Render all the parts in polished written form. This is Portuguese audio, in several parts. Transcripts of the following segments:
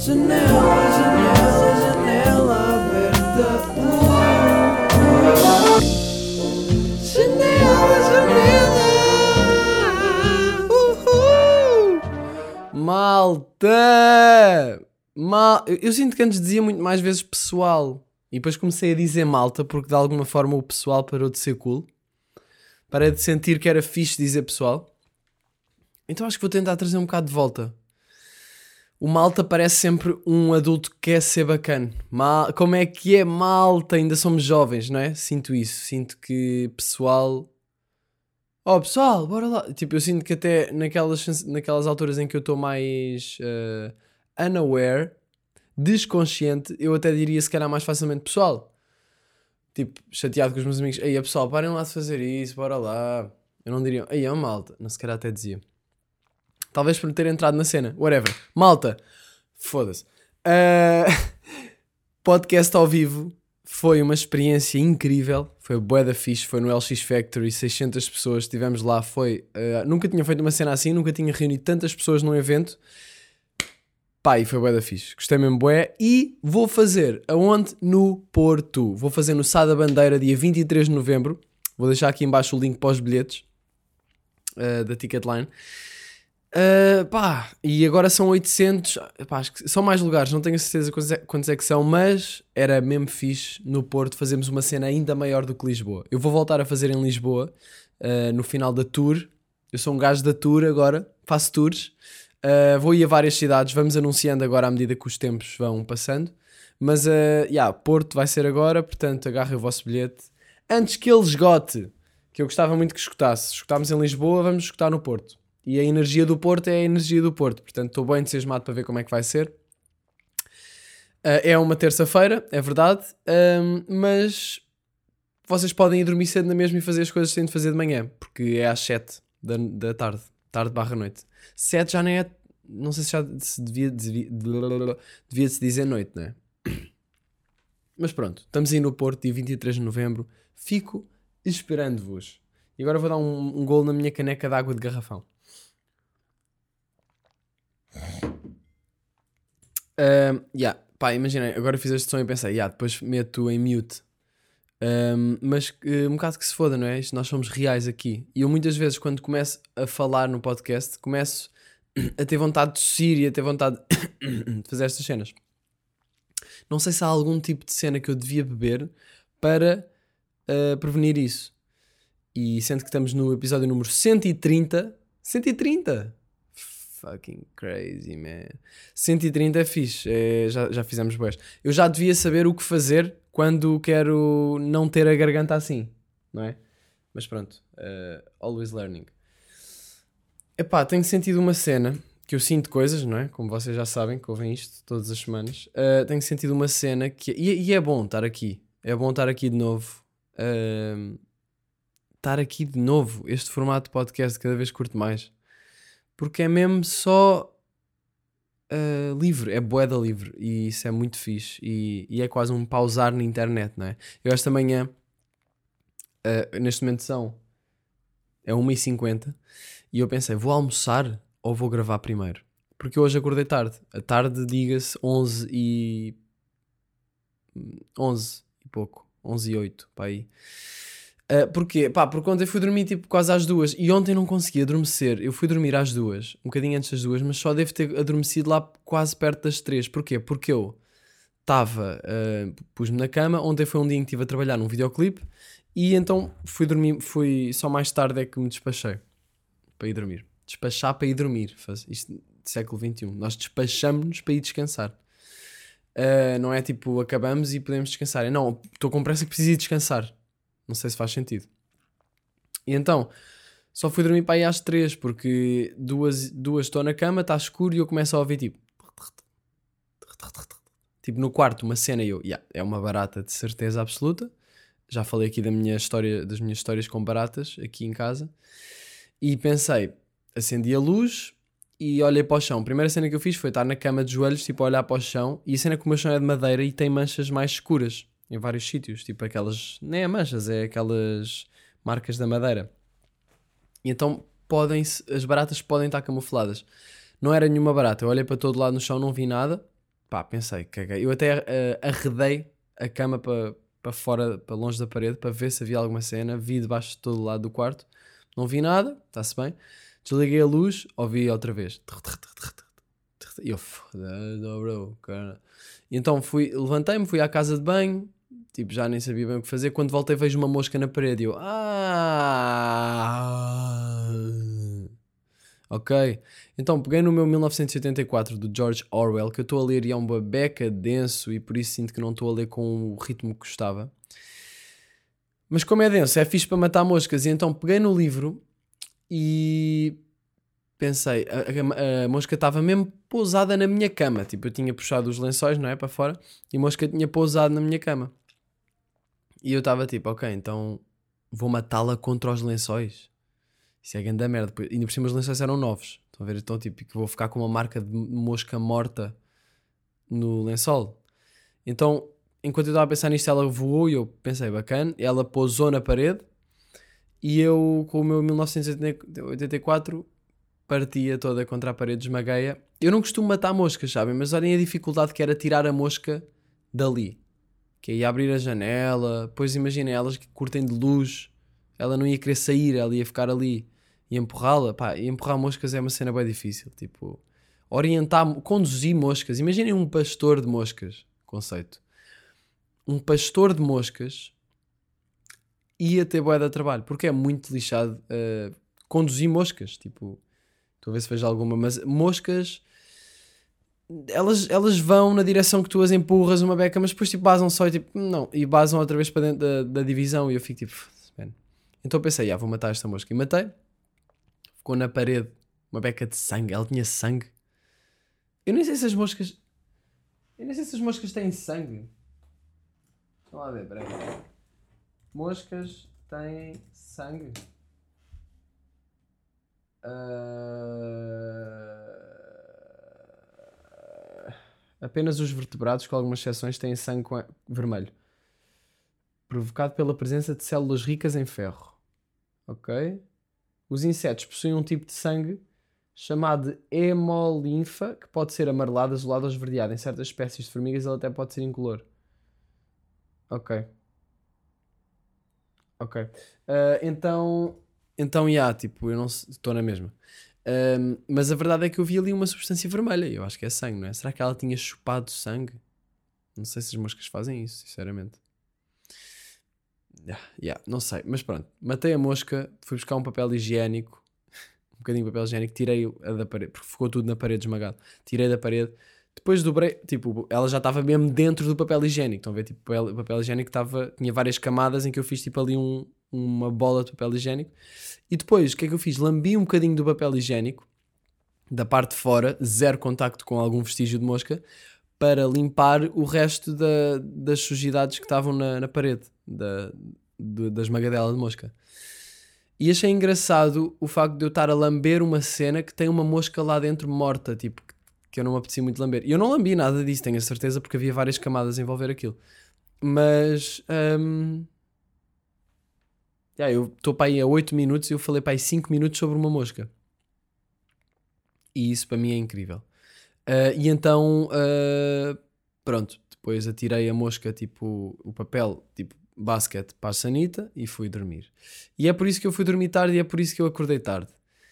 Janela, janela, janela aberta. Janela, janela. Malta! Eu sinto que antes dizia muito mais vezes pessoal. E depois comecei a dizer malta porque de alguma forma o pessoal parou de ser cool. Parei de sentir que era fixe dizer pessoal. Então acho que vou tentar trazer um bocado de volta. O malta parece sempre um adulto que quer ser bacana. Como é que é malta? Ainda somos jovens, não é? Sinto isso. Sinto que pessoal... Oh pessoal, bora lá. Tipo, eu sinto que até naquelas alturas em que eu estou mais unaware, desconsciente, eu até diria se calhar mais facilmente pessoal. Tipo, chateado com os meus amigos. Ei, pessoal, parem lá de fazer isso, bora lá. Eu não diria, ei, malta. Não, se calhar até dizia. Talvez por ter entrado na cena. Whatever. Malta. Foda-se. Podcast ao vivo. Foi uma experiência incrível. Foi bué da fixe. Foi no LX Factory. 600 pessoas. Estivemos lá. Nunca tinha feito uma cena assim. Nunca tinha reunido tantas pessoas num evento. Pá, e foi bué da fixe. Gostei mesmo bué. E vou fazer aonde? No Porto. Vou fazer no Sá da Bandeira, dia 23 de novembro. Vou deixar aqui em baixo o link para os bilhetes da Ticketline. E agora são 800. Acho que são mais lugares. Não tenho a certeza quantos é que são, mas era mesmo fixe no Porto fazermos uma cena ainda maior do que Lisboa. Eu vou voltar a fazer em Lisboa no final da tour. Eu sou um gajo da tour agora. Faço tours. Vou ir a várias cidades, vamos anunciando agora à medida que os tempos vão passando. Mas, Porto vai ser agora, portanto, agarrem o vosso bilhete. Antes que ele esgote, que eu gostava muito que esgotasse. Esgotámos em Lisboa, vamos esgotar no Porto. E a energia do Porto é a energia do Porto. Portanto, estou bem entusiasmado para ver como é que vai ser. É uma terça-feira, é verdade. Mas vocês podem ir dormir cedo na mesma e fazer as coisas que têm de fazer de manhã. Porque é às 7 da tarde. Tarde/noite. 7 já não é... Não sei se já se devia-se dizer noite, não é? Mas pronto, estamos aí no Porto, dia 23 de novembro. Fico esperando-vos. E agora vou dar um golo na minha caneca de água de garrafão. Imaginei, agora fiz este som e pensei, depois meto em mute. Mas um bocado que se foda, não é? Nós somos reais aqui. E eu muitas vezes, quando começo a falar no podcast, começo a ter vontade de tossir e a ter vontade de fazer estas cenas. Não sei se há algum tipo de cena que eu devia beber para prevenir isso. E sendo que estamos no episódio número 130... 130! Fucking crazy, man. 130 é fixe. Já fizemos bués. Eu já devia saber o que fazer quando quero não ter a garganta assim, não é? Mas pronto. Always learning. Tenho sentido uma cena, que eu sinto coisas, não é? Como vocês já sabem, que ouvem isto todas as semanas. Tenho sentido uma cena que... E é bom estar aqui. É bom estar aqui de novo. Estar aqui de novo. Este formato de podcast cada vez curto mais. Porque é mesmo só livre. É bué da livre. E isso é muito fixe. E é quase um pausar na internet, não é? Eu esta manhã, neste momento é 1h50. E eu pensei, vou almoçar ou vou gravar primeiro? Porque eu hoje acordei tarde. A tarde, diga-se, 11 e pouco. 11h08, pá aí. Porquê? Porque ontem fui dormir tipo quase às 2 e ontem não consegui adormecer. Eu fui dormir às 2, um bocadinho antes das 2, mas só devo ter adormecido lá quase perto das 3. Porquê? Porque eu estava, pus-me na cama. Ontem foi um dia em que estive a trabalhar num videoclipe e então fui dormir. Só mais tarde é que me despachei para ir dormir. Despachar para ir dormir. Isto do século XXI. Nós despachamos-nos para ir descansar. Não é tipo acabamos e podemos descansar. Não, estou com pressa que preciso ir descansar. Não sei se faz sentido. E então, só fui dormir para aí às 3, porque duas estou na cama, está escuro e eu começo a ouvir tipo no quarto uma cena e eu, é uma barata de certeza absoluta. Já falei aqui das minhas histórias com baratas aqui em casa. E pensei, acendi a luz e olhei para o chão. A primeira cena que eu fiz foi estar na cama de joelhos, tipo a olhar para o chão. E a cena que o meu chão é de madeira e tem manchas mais escuras em vários sítios, tipo aquelas, nem é manchas, é aquelas marcas da madeira. E então as baratas podem estar camufladas. Não era nenhuma barata, eu olhei para todo lado no chão, não vi nada. pá, pensei, caguei. Eu até arredei a cama para fora, para longe da parede, para ver se havia alguma cena. Vi debaixo de todo o lado do quarto, não vi nada, está-se bem. Desliguei a luz, ouvi outra vez. E eu, foda-se, bro, cara. E então levantei-me, fui à casa de banho, tipo, já nem sabia bem o que fazer. Quando voltei, vejo uma mosca na parede e eu, ok. Então peguei no meu 1984 do George Orwell, que eu estou a ler e é uma beca denso e por isso sinto que não estou a ler com o ritmo que gostava. Mas como é denso, é fixe para matar moscas. E então peguei no livro e pensei, a mosca estava mesmo pousada na minha cama. Tipo, eu tinha puxado os lençóis, não é, para fora, e a mosca tinha pousado na minha cama. E eu estava tipo, ok, então vou matá-la contra os lençóis. Isso é grande merda. E ainda por cima os lençóis eram novos. Estão a ver? Então tipo, que vou ficar com uma marca de mosca morta no lençol. Então, enquanto eu estava a pensar nisto, ela voou e eu pensei, bacana. Ela pousou na parede e eu, com o meu 1984, partia toda contra a parede, esmagueia. Eu não costumo matar moscas, sabem? Mas olhem a dificuldade que era tirar a mosca dali. Que ia abrir a janela, depois imaginem elas que curtem de luz, ela não ia querer sair, ela ia ficar ali e empurrá-la, pá, e empurrar moscas é uma cena bem difícil, tipo, conduzir moscas, imaginem um pastor de moscas, conceito, um pastor de moscas ia ter bué de trabalho, porque é muito lixado conduzir moscas, tipo, estou a ver se vejo alguma, mas moscas... Elas vão na direção que tu as empurras uma beca, mas depois tipo basam só e tipo, não, e basam outra vez para dentro da divisão e eu fico tipo, man. Então pensei, vou matar esta mosca. E matei, ficou na parede uma beca de sangue, ela tinha sangue. Eu nem sei se as moscas, eu nem sei se as moscas têm sangue. Deixa lá ver, peraí. Moscas têm sangue? Apenas os vertebrados, com algumas exceções, têm sangue vermelho, provocado pela presença de células ricas em ferro. Ok? Os insetos possuem um tipo de sangue chamado de hemolinfa, que pode ser amarelado, azulado ou esverdeado. Em certas espécies de formigas ele até pode ser incolor. Ok. Ok. Então, tipo, eu não estou na mesma. Mas a verdade é que eu vi ali uma substância vermelha. Eu acho que é sangue, não é? Será que ela tinha chupado sangue? Não sei se as moscas fazem isso, sinceramente. Não sei, mas pronto. Matei a mosca, fui buscar um papel higiênico, um bocadinho de papel higiênico, tirei a da parede, porque ficou tudo na parede esmagado. Tirei da parede, depois dobrei, tipo, ela já estava mesmo dentro do papel higiênico. Estão a ver? Tipo, o papel higiênico tinha várias camadas em que eu fiz tipo ali uma bola de papel higiênico. E depois, o que é que eu fiz? Lambi um bocadinho do papel higiênico, da parte de fora, zero contacto com algum vestígio de mosca, para limpar o resto das sujidades que estavam na parede da esmagadela de mosca. E achei engraçado o facto de eu estar a lamber uma cena que tem uma mosca lá dentro morta, tipo, que eu não me apetecia muito lamber. E eu não lambi nada disso, tenho a certeza, porque havia várias camadas a envolver aquilo. Mas... eu estou para aí a 8 minutos e eu falei para aí 5 minutos sobre uma mosca. E isso para mim é incrível. E então, pronto, depois atirei a mosca, tipo, o papel, tipo, basquete para a sanita e fui dormir. E é por isso que eu fui dormir tarde e é por isso que eu acordei tarde.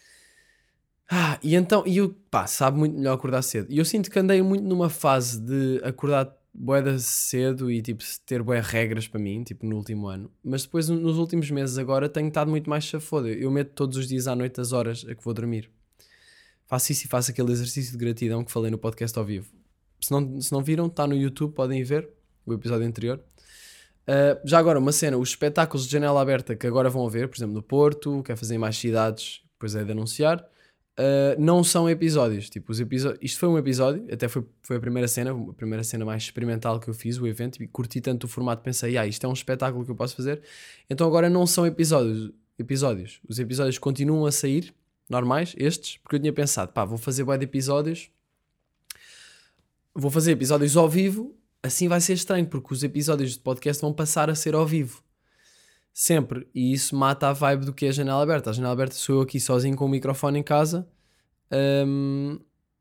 E então, sabe muito melhor acordar cedo. E eu sinto que andei muito numa fase de acordar bué da cedo e tipo ter bué regras para mim, tipo no último ano. Mas depois nos últimos meses agora tenho estado muito mais chafoda. Eu meto todos os dias à noite as horas a que vou dormir. Faço isso e faço aquele exercício de gratidão que falei no podcast ao vivo. Se não viram, está no YouTube, podem ver o episódio anterior. Já agora, uma cena, os espetáculos de janela aberta que agora vão haver, por exemplo, no Porto, quer fazer em mais cidades, depois é de anunciar, não são episódios. Tipo, isto foi um episódio, até foi a primeira cena mais experimental que eu fiz, o evento, e curti tanto o formato, pensei, isto é um espetáculo que eu posso fazer. Então agora não são episódios. Os episódios continuam a sair, normais, estes, porque eu tinha pensado, vou fazer bué de episódios, vou fazer episódios ao vivo, assim vai ser estranho, porque os episódios de podcast vão passar a ser ao vivo. Sempre. E isso mata a vibe do que é a janela aberta. A janela aberta sou eu aqui sozinho com o microfone em casa.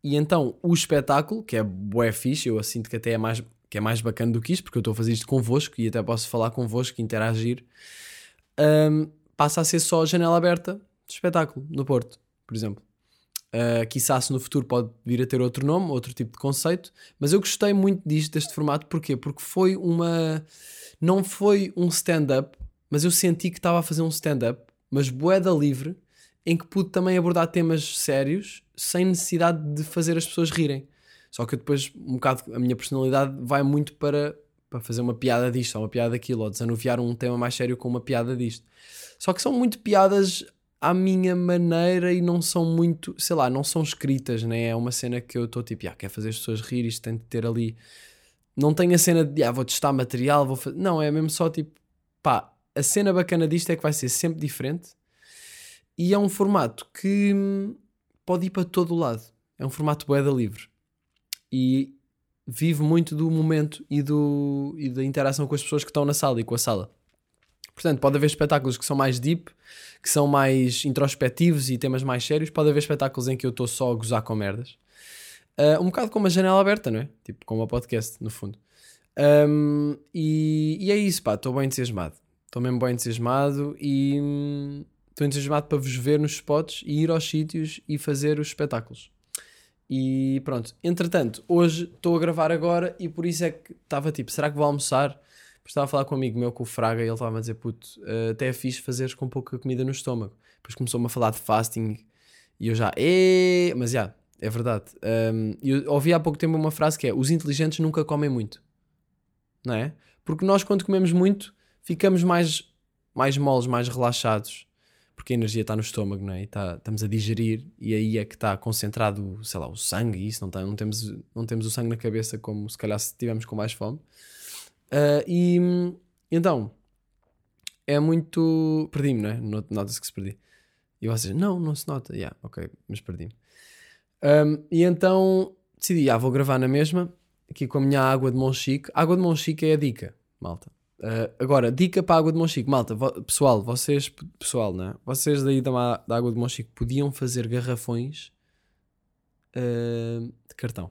E então o espetáculo, que é bué fixe, eu sinto que até é mais bacana do que isto, porque eu estou a fazer isto convosco e até posso falar convosco, interagir, passa a ser só a janela aberta de espetáculo no Porto, por exemplo. Quiçá-se no futuro pode vir a ter outro nome, outro tipo de conceito, mas eu gostei muito deste formato. Porquê? Porque não foi um stand-up, mas eu senti que estava a fazer um stand-up, mas boeda livre, em que pude também abordar temas sérios sem necessidade de fazer as pessoas rirem. Só que depois um bocado a minha personalidade vai muito para fazer uma piada disto ou uma piada daquilo, ou desanuviar um tema mais sério com uma piada disto. Só que são muito piadas à minha maneira e não são muito, sei lá, não são escritas, né? É uma cena que eu estou tipo, quer fazer as pessoas rir, isto tem de ter ali. Não tenho a cena de, vou testar material, vou fazer. Não, é mesmo só tipo, a cena bacana disto é que vai ser sempre diferente e é um formato que pode ir para todo o lado. É um formato boeda livre e vive muito do momento e da interação com as pessoas que estão na sala e com a sala. Portanto, pode haver espetáculos que são mais deep, que são mais introspectivos e temas mais sérios. Pode haver espetáculos em que eu estou só a gozar com merdas. Um bocado como a janela aberta, não é? Tipo, como a podcast, no fundo. E é isso, estou bem entusiasmado. Estou mesmo bem entusiasmado e estou entusiasmado para vos ver nos spots e ir aos sítios e fazer os espetáculos. E pronto. Entretanto, hoje estou a gravar agora e por isso é que estava tipo, será que vou almoçar? Estava a falar com um amigo meu, com o Fraga, e ele estava a dizer, puto, até é fixe fazeres com pouca comida no estômago. Depois começou-me a falar de fasting e eu já, mas é verdade. Eu ouvi há pouco tempo uma frase que é, os inteligentes nunca comem muito. Não é? Porque nós quando comemos muito, ficamos mais moles, mais relaxados. Porque a energia está no estômago, não é? E estamos a digerir e aí é que está concentrado, sei lá, o sangue e isso. Não temos o sangue na cabeça como se calhar se estivermos com mais fome. E então é muito. Perdi-me, não é? Nota-se que se perdi. E vocês, não se nota. Ok, mas perdi-me. E então decidi, vou gravar na mesma, aqui com a minha água de Monchique. Água de Monchique é a dica, malta. Agora, dica para a água de Monchique, malta. Pessoal, não é? Vocês daí da água de Monchique podiam fazer garrafões de cartão.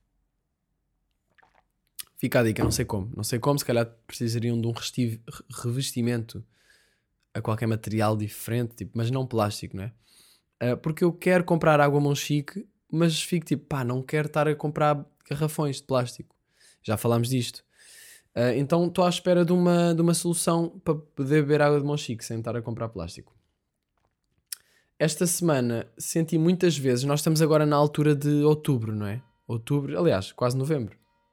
Fica a dica, não sei como, se calhar precisariam de um revestimento a qualquer material diferente, tipo, mas não plástico, não é? Porque eu quero comprar água Monchique, mas fico tipo, não quero estar a comprar garrafões de plástico. Já falámos disto. Então estou à espera de uma solução para poder beber água de Monchique sem estar a comprar plástico. Esta semana senti muitas vezes, nós estamos agora na altura de outubro, não é? Outubro, aliás, quase novembro.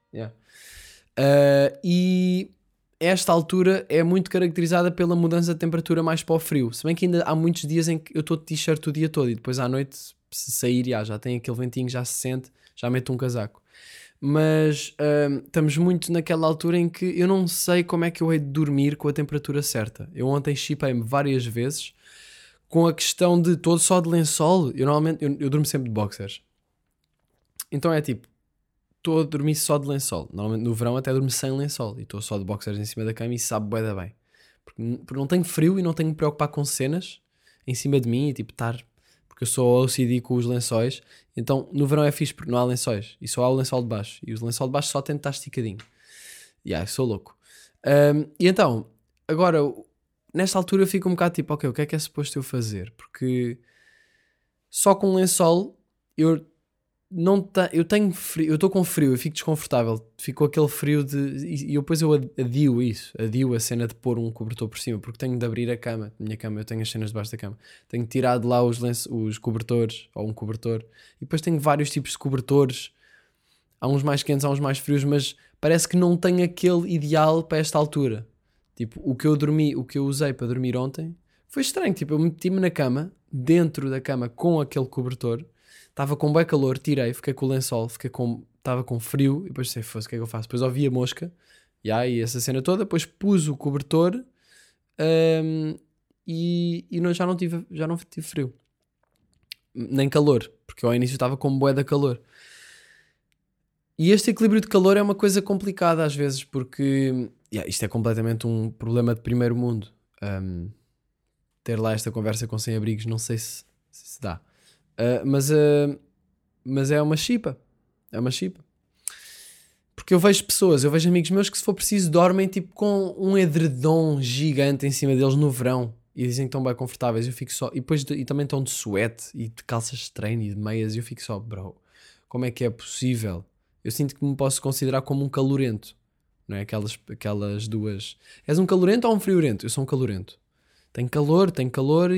E esta altura é muito caracterizada pela mudança de temperatura mais para o frio. Se bem que ainda há muitos dias em que eu estou de t-shirt o dia todo e depois à noite, se sair, já tem aquele ventinho, já se sente, já meto um casaco. Mas estamos muito naquela altura em que eu não sei como é que eu hei de dormir com a temperatura certa. Eu ontem chipei-me várias vezes com a questão de todo só de lençol. Eu durmo sempre de boxers. Então é tipo, estou a dormir só de lençol. Normalmente no verão até durmo sem lençol. E estou só de boxers em cima da cama e sabe bué da bem. Porque não tenho frio e não tenho que me preocupar com cenas em cima de mim e tipo estar... Porque eu sou OCD com os lençóis. Então no verão é fixe porque não há lençóis. E só há o lençol de baixo. E o lençol de baixo só tem de estar esticadinho. Eu sou louco. E então, agora, nesta altura eu fico um bocado tipo, ok, o que é suposto eu fazer? Porque só com lençol eu tenho frio, eu estou com frio, eu fico desconfortável, ficou aquele frio e depois eu adio a cena de pôr um cobertor por cima, porque tenho de abrir a cama, minha cama, eu tenho as cenas debaixo da cama, tenho de tirar de lá os cobertores, ou um cobertor, e depois tenho vários tipos de cobertores, há uns mais quentes, há uns mais frios, mas parece que não tenho aquele ideal para esta altura. Tipo, o que eu usei para dormir ontem, foi estranho, tipo, eu meti-me na cama, dentro da cama, com aquele cobertor. Estava com bem calor, tirei, fiquei com o lençol, estava com frio, e depois sei, o que é que eu faço? Depois ouvi a mosca, e essa cena toda, depois pus o cobertor, já não tive frio. Nem calor, porque eu ao início estava com bué da calor. E este equilíbrio de calor é uma coisa complicada às vezes, porque isto é completamente um problema de primeiro mundo. Ter lá esta conversa com sem-abrigos, não sei se dá. Mas mas é uma chipa. É uma chipa. Porque eu vejo pessoas, eu vejo amigos meus que se for preciso dormem tipo com um edredom gigante em cima deles no verão e dizem que estão bem confortáveis. Eu fico só, e também estão de suéte e de calças de treino e de meias e eu fico só, bro, como é que é possível? Eu sinto que me posso considerar como um calorento, não é? Aquelas duas. És um calorento ou um friorento? Eu sou um calorento. Tenho calor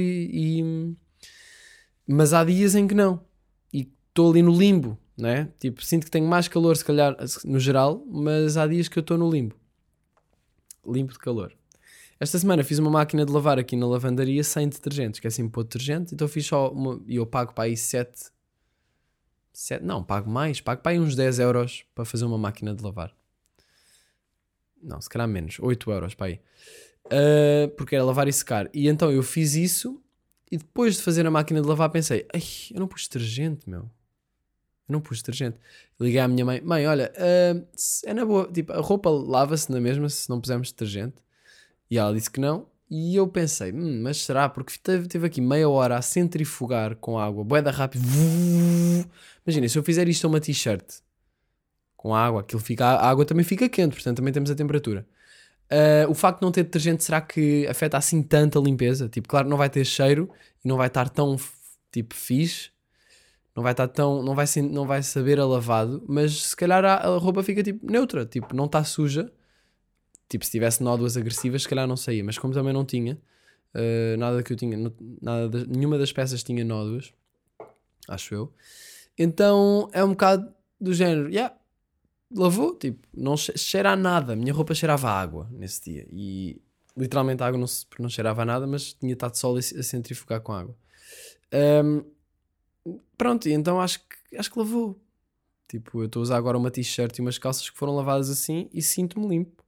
mas há dias em que não. E estou ali no limbo, não é? Tipo, sinto que tenho mais calor, se calhar, no geral, mas há dias que eu estou no limbo. Limbo de calor. Esta semana fiz uma máquina de lavar aqui na lavandaria sem detergente. Esqueci-me de pôr detergente, então fiz só uma. E eu pago para aí 7. Não, pago mais. Pago para aí uns 10 euros para fazer uma máquina de lavar. Não, se calhar menos. 8 euros para aí. Porque era lavar e secar. E então eu fiz isso e depois de fazer a máquina de lavar pensei, ai, eu não pus detergente, meu. Eu não pus detergente. Liguei à minha mãe, mãe, olha, é na boa, tipo, a roupa lava-se na mesma se não pusermos detergente. E ela disse que não. E eu pensei, mas será? Porque teve aqui meia hora a centrifugar com água, bué da rápido. Imagina, se eu fizer isto a uma t-shirt com água, a água também fica quente, portanto também temos a temperatura. O facto de não ter detergente, será que afeta assim tanto a limpeza? Tipo, claro, não vai ter cheiro e não vai estar tão, tipo, fixe. Não vai estar tão, não vai saber a lavado, mas se calhar a roupa fica, tipo, neutra. Tipo, não está suja. Tipo, se tivesse nódoas agressivas, se calhar não saía. Mas como também não tinha, nada que eu tinha, nenhuma das peças tinha nódoas, acho eu. Então, é um bocado do género, lavou, tipo, não cheira a nada. Minha roupa cheirava a água nesse dia. E literalmente a água não cheirava a nada, mas tinha estado só a centrifugar com água. Pronto, e então acho que lavou. Tipo, eu estou a usar agora uma t-shirt e umas calças que foram lavadas assim e sinto-me limpo.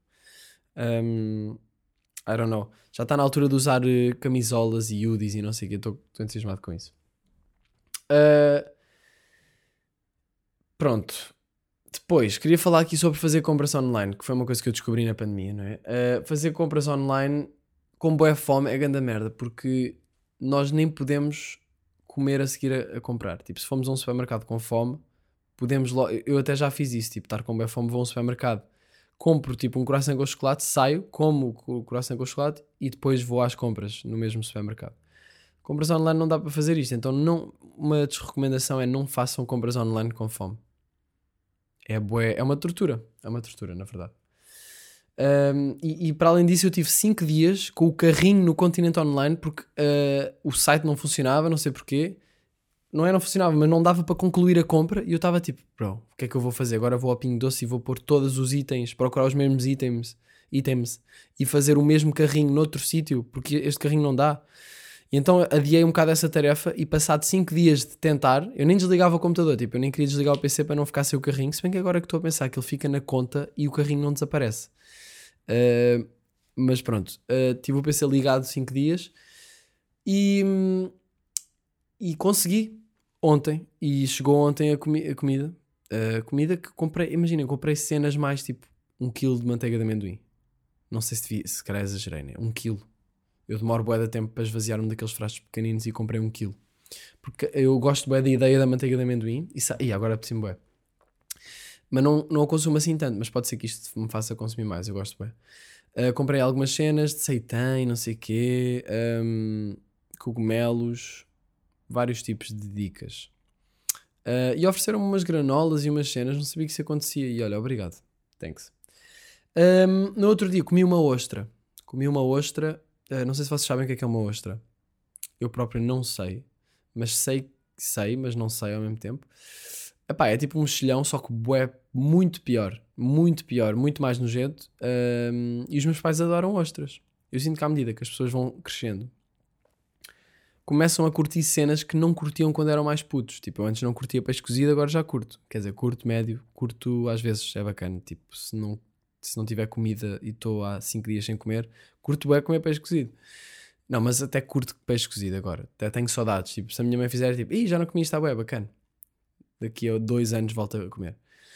I don't know. Já está na altura de usar camisolas e hoodies e não sei o que. Estou entusiasmado com isso. Pronto. Depois, queria falar aqui sobre fazer compras online, que foi uma coisa que eu descobri na pandemia, não é? Fazer compras online com boa fome é grande merda, porque nós nem podemos comer a seguir a comprar. Tipo, se formos a um supermercado com fome, podemos logo... Eu até já fiz isso, tipo, estar com boa fome, vou a um supermercado, compro tipo um croissant com chocolate, saio, como o croissant com chocolate e depois vou às compras no mesmo supermercado. Compras online não dá para fazer isto, então uma desrecomendação é não façam compras online com fome. É uma tortura, na verdade. E para além disso eu tive 5 dias com o carrinho no Continente Online porque o site não funcionava, não sei porquê. Não funcionava, mas não dava para concluir a compra e eu estava tipo, bro, o que é que eu vou fazer? Agora vou ao Pingo Doce e vou pôr todos os itens, procurar os mesmos itens e fazer o mesmo carrinho noutro sítio, porque este carrinho não dá. E então adiei um bocado essa tarefa e passado 5 dias de tentar, eu nem desligava o computador, tipo, eu nem queria desligar o PC para não ficar sem o carrinho, se bem que agora que estou a pensar que ele fica na conta e o carrinho não desaparece. Mas pronto, tive o PC ligado 5 dias e consegui ontem, e chegou ontem a comida. A comida que comprei, imagina, comprei cenas mais tipo 1 kg de manteiga de amendoim. Não sei se calhar exagerei, né? 1 kg. Eu demoro bué de tempo para esvaziar-me daqueles frascos pequeninos e comprei 1 kg. Porque eu gosto bué da ideia da manteiga de amendoim. E agora preciso bué. Mas não a consumo assim tanto. Mas pode ser que isto me faça consumir mais. Eu gosto bué. Comprei algumas cenas de seitém, não sei o quê. Cogumelos. Vários tipos de dicas. E ofereceram-me umas granolas e umas cenas. Não sabia que isso acontecia. E olha, obrigado. Thanks. No outro dia comi uma ostra. Não sei se vocês sabem o que é uma ostra. Eu próprio não sei. Mas sei, mas não sei ao mesmo tempo. Epá, é tipo um mexilhão, só que bué, muito pior. Muito pior, muito mais nojento. E os meus pais adoram ostras. Eu sinto que à medida que as pessoas vão crescendo, começam a curtir cenas que não curtiam quando eram mais putos. Tipo, eu antes não curtia peixe cozido, agora já curto. Quer dizer, curto, médio, curto às vezes, é bacana. Tipo, se não tiver comida e estou há 5 dias sem comer, curto bem comer peixe cozido. Não, mas até curto peixe cozido agora. Até tenho saudades. Tipo, se a minha mãe fizer, tipo, já não comi isto, está bem, bacana. Daqui a 2 anos volto a comer.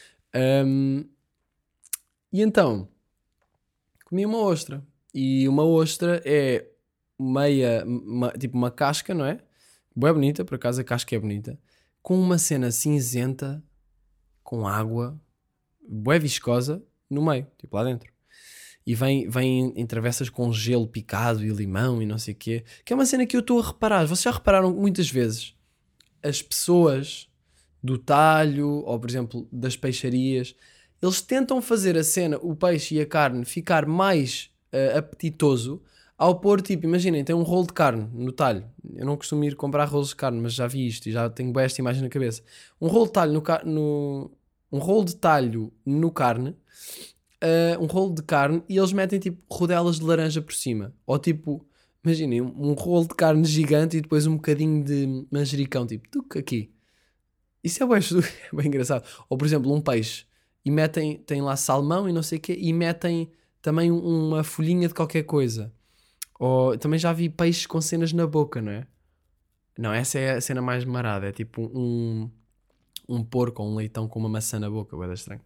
E então, comi uma ostra. E uma ostra é tipo uma casca, não é? Bué bonita, por acaso a casca é bonita. com uma cena cinzenta, com água, bué viscosa, no meio, tipo lá dentro. E vem em travessas com gelo picado e limão e não sei o quê. Que é uma cena que eu estou a reparar. Vocês já repararam que muitas vezes as pessoas do talho, ou por exemplo das peixarias, eles tentam fazer a cena, o peixe e a carne, ficar mais apetitoso ao pôr, tipo, imaginem, tem um rolo de carne no talho. Eu não costumo ir comprar rolos de carne, mas já vi isto e já tenho bem esta imagem na cabeça. Um rolo de talho um rolo de talho no carne, um rolo de carne, e eles metem tipo rodelas de laranja por cima. Ou tipo, imaginem, um rolo de carne gigante e depois um bocadinho de manjericão, tipo, tuc, aqui. Isso é bem, é bem engraçado. Ou por exemplo, um peixe e tem lá salmão e não sei o quê, e metem também uma folhinha de qualquer coisa. Ou também já vi peixes com cenas na boca, não é? Não, essa é a cena mais marada. É tipo um porco ou um leitão com uma maçã na boca. Bué da estranho.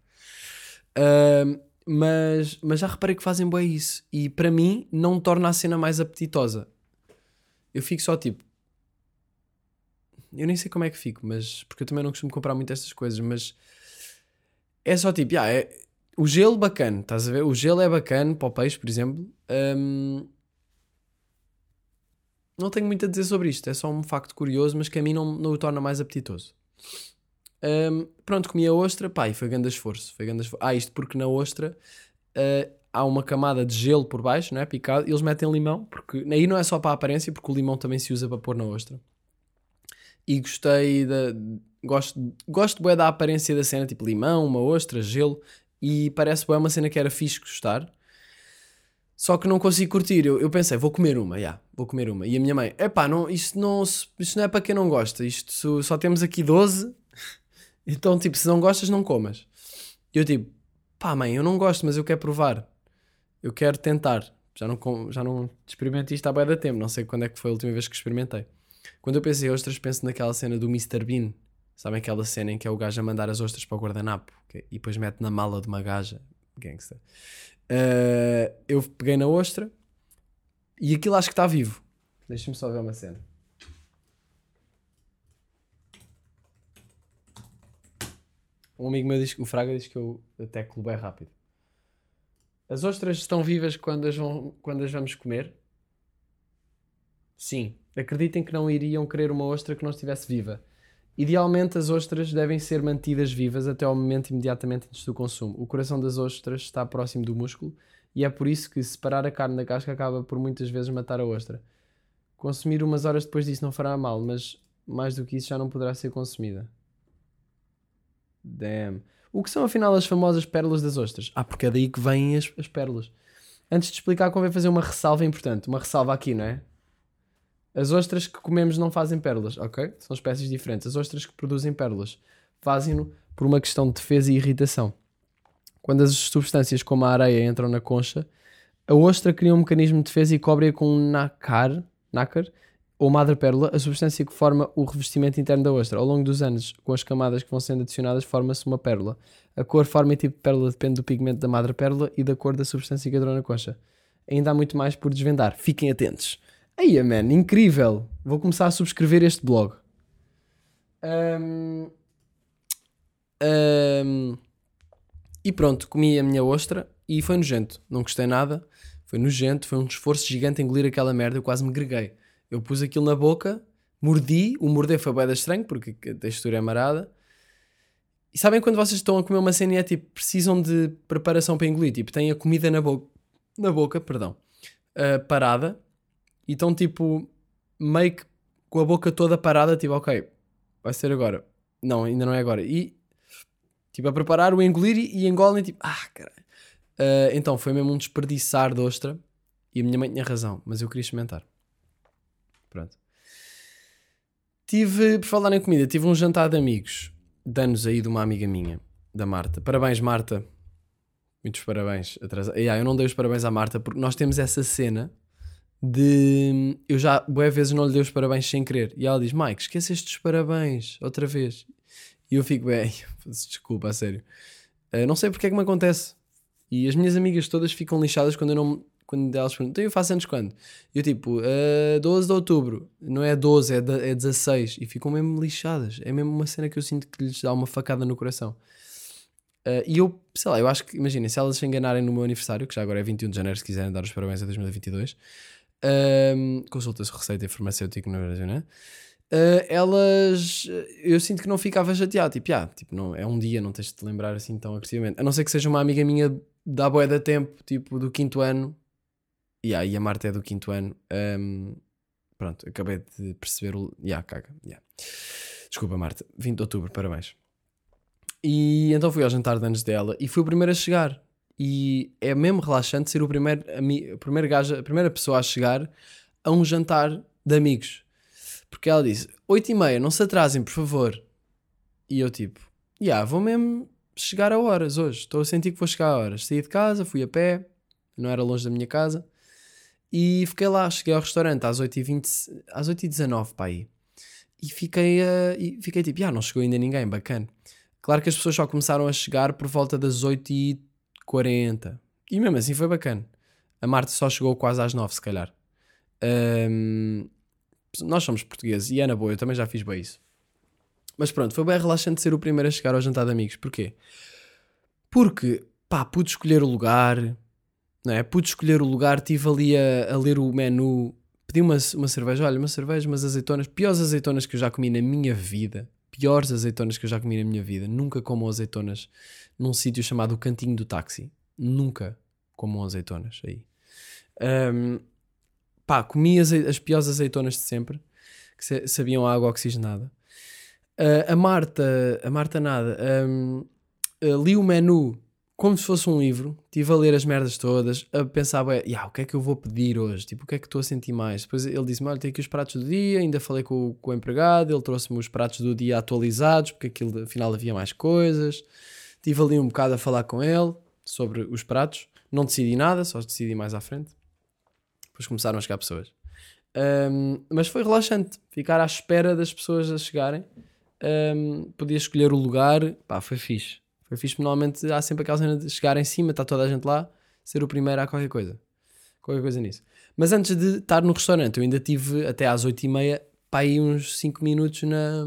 Mas já reparei que fazem bem isso. E para mim não torna a cena mais apetitosa. Eu fico só tipo... Eu nem sei como é que fico, mas... Porque eu também não costumo comprar muito estas coisas, mas... É só tipo... o gelo bacana, estás a ver? O gelo é bacana para o peixe, por exemplo. Não tenho muito a dizer sobre isto. É só um facto curioso, mas que a mim não o torna mais apetitoso. Pronto, comi a ostra, pá, e foi grande esforço. Isto porque na ostra há uma camada de gelo por baixo, não é? Picado, e eles metem limão, porque aí não é só para a aparência, porque o limão também se usa para pôr na ostra. E gosto bué da aparência da cena, tipo limão, uma ostra, gelo, e parece bué uma cena que era fixe gostar. Só que não consigo curtir. Eu pensei, vou comer uma. E a minha mãe, isto não é para quem não gosta. Isto só temos aqui 12. Então, tipo, se não gostas, não comas. E eu tipo, pá mãe, eu não gosto, mas eu quero provar. Eu quero tentar. Já não experimento isto há bué da tempo. Não sei quando é que foi a última vez que experimentei. Quando eu pensei em ostras, penso naquela cena do Mr. Bean. Sabem aquela cena em que é o gajo a mandar as ostras para o guardanapo? E depois mete na mala de uma gaja. Gangster. Eu peguei na ostra e aquilo acho que está vivo. Deixa-me só ver uma cena. Um amigo meu o Fraga diz que eu até clube é rápido. As ostras estão vivas quando as vamos comer? Sim. Acreditem que não iriam querer uma ostra que não estivesse viva. Idealmente as ostras devem ser mantidas vivas até ao momento imediatamente antes do consumo. O coração das ostras está próximo do músculo e é por isso que separar a carne da casca acaba por muitas vezes matar a ostra. Consumir umas horas depois disso não fará mal, mas mais do que isso já não poderá ser consumida. Damn. O que são afinal as famosas pérolas das ostras? Porque é daí que vêm as pérolas. Antes de explicar, convém fazer uma ressalva importante. Uma ressalva aqui, não é? As ostras que comemos não fazem pérolas, ok? São espécies diferentes. As ostras que produzem pérolas fazem-no por uma questão de defesa e irritação. Quando as substâncias como a areia entram na concha, a ostra cria um mecanismo de defesa e cobre-a com um nácar ou madrepérola, a substância que forma o revestimento interno da ostra. Ao longo dos anos, com as camadas que vão sendo adicionadas, forma-se uma pérola. A cor, forma e tipo de pérola depende do pigmento da madrepérola e da cor da substância que entrou na concha. Ainda há muito mais por desvendar. Fiquem atentos. Aí, man, incrível! Vou começar a subscrever este blog. E pronto, comi a minha ostra e foi nojento. Não gostei nada. Foi nojento, foi um esforço gigante engolir aquela merda. Eu quase me greguei. Eu pus aquilo na boca, mordi. O morder foi bué estranho porque a textura é marada. E sabem quando vocês estão a comer uma cena e é tipo, precisam de preparação para engolir? Tipo, têm a comida na boca, parada. E estão tipo, meio que com a boca toda parada, tipo, ok, vai ser agora. Não, ainda não é agora. E tipo, a preparar o engolir e engolem, tipo, caralho. Então foi mesmo um desperdiçar de ostra. E a minha mãe tinha razão, mas eu queria experimentar. Pronto. Por falar em comida, tive um jantar de amigos, de anos aí de uma amiga minha, da Marta. Parabéns, Marta. Muitos parabéns. Eu não dei os parabéns à Marta porque nós temos essa cena de... Eu já, boas vezes, não lhe dei os parabéns sem querer. E ela diz, Mike, esqueceste os parabéns, outra vez. E eu fico, desculpa, a sério. Não sei porque é que me acontece. E as minhas amigas todas ficam lixadas quando eu quando elas perguntam, então eu faço anos quando? Eu tipo, 12 de outubro, não é 12, é 16, e ficam mesmo lixadas. É mesmo uma cena que eu sinto que lhes dá uma facada no coração. E eu, sei lá, eu acho que, imaginem, se elas se enganarem no meu aniversário, que já agora é 21 de janeiro, se quiserem dar os parabéns a 2022, consulta-se receita e farmacêutico no Brasil, né? Elas, eu sinto que não ficava chateado, tipo, não, é um dia, não tens de te lembrar assim tão agressivamente, a não ser que seja uma amiga minha da bué da tempo, tipo, do quinto ano, e a Marta é do quinto ano, pronto, acabei de perceber o, caga, desculpa Marta, 20 de outubro, parabéns. E então fui ao jantar de anos dela e fui o primeiro a chegar. E é mesmo relaxante ser o primeiro gajo, a primeira pessoa a chegar a um jantar de amigos. Porque ela disse, 8h30, não se atrasem, por favor. E eu tipo, vou mesmo chegar a horas hoje. Estou a sentir que vou chegar a horas. Saí de casa, fui a pé, não era longe da minha casa. E fiquei lá, cheguei ao restaurante às 8h20, às 8h19, pá, aí. E fiquei tipo, não chegou ainda ninguém, bacana. Claro que as pessoas só começaram a chegar por volta das 8h40. E mesmo assim foi bacana. A Marta só chegou quase às 9, se calhar. Nós somos portugueses e é na boa, eu também já fiz bem isso. Mas pronto, foi bem relaxante ser o primeiro a chegar ao jantar de amigos. Porquê? Porque, pude escolher o lugar, não é? Pude escolher o lugar, estive ali a ler o menu, pedi uma cerveja, olha, uma cerveja, umas azeitonas, piores azeitonas que eu já comi na minha vida. Piores azeitonas que eu já comi na minha vida. Nunca como azeitonas num sítio chamado o Cantinho do Táxi. Nunca como azeitonas aí. Comi as piores azeitonas de sempre, que sabiam a água oxigenada. A Marta nada. Li o menu como se fosse um livro. Estive a ler as merdas todas, a pensar, o que é que eu vou pedir hoje? Tipo, o que é que estou a sentir mais? Depois ele disse-me, olha, tem aqui os pratos do dia. Ainda falei com o empregado, ele trouxe-me os pratos do dia atualizados, porque aquilo, afinal havia mais coisas. Estive ali um bocado a falar com ele sobre os pratos. Não decidi nada, só decidi mais à frente. Depois começaram a chegar pessoas. Mas foi relaxante ficar à espera das pessoas a chegarem. Podia escolher o lugar. Foi fixe. Foi fixe, porque normalmente há sempre aquela cena de chegar em cima, está toda a gente lá, ser o primeiro a qualquer coisa. Qualquer coisa nisso. Mas antes de estar no restaurante, eu ainda tive até às 8h30, aí uns 5 minutos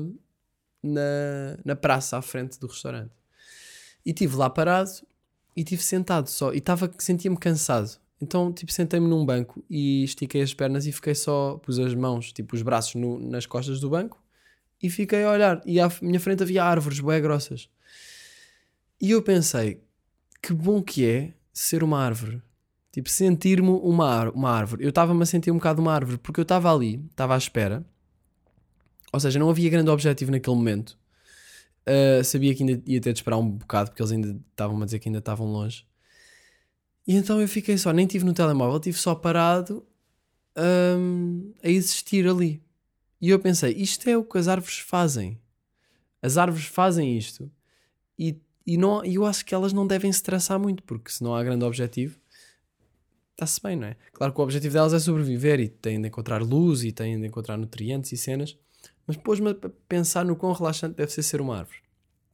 na praça à frente do restaurante. E estive lá parado e estive sentado só. E sentia-me cansado. Então, sentei-me num banco e estiquei as pernas e fiquei só, pus as mãos, os braços nas costas do banco e fiquei a olhar. E à minha frente havia árvores bué grossas. E eu pensei, que bom que é ser uma árvore. Sentir-me uma árvore. Eu estava-me a sentir um bocado uma árvore, porque eu estava ali, estava à espera. Ou seja, não havia grande objetivo naquele momento. Sabia que ainda ia ter de esperar um bocado, porque eles ainda estavam a dizer que ainda estavam longe. E então eu fiquei só, nem estive no telemóvel, estive só parado a existir ali. E eu pensei, isto é o que as árvores fazem. As árvores fazem isto. E eu acho que elas não devem se traçar muito, porque se não há grande objetivo, está-se bem, não é? Claro que o objetivo delas é sobreviver e têm de encontrar luz e têm de encontrar nutrientes e cenas, mas pôs-me a pensar no quão relaxante deve ser uma árvore.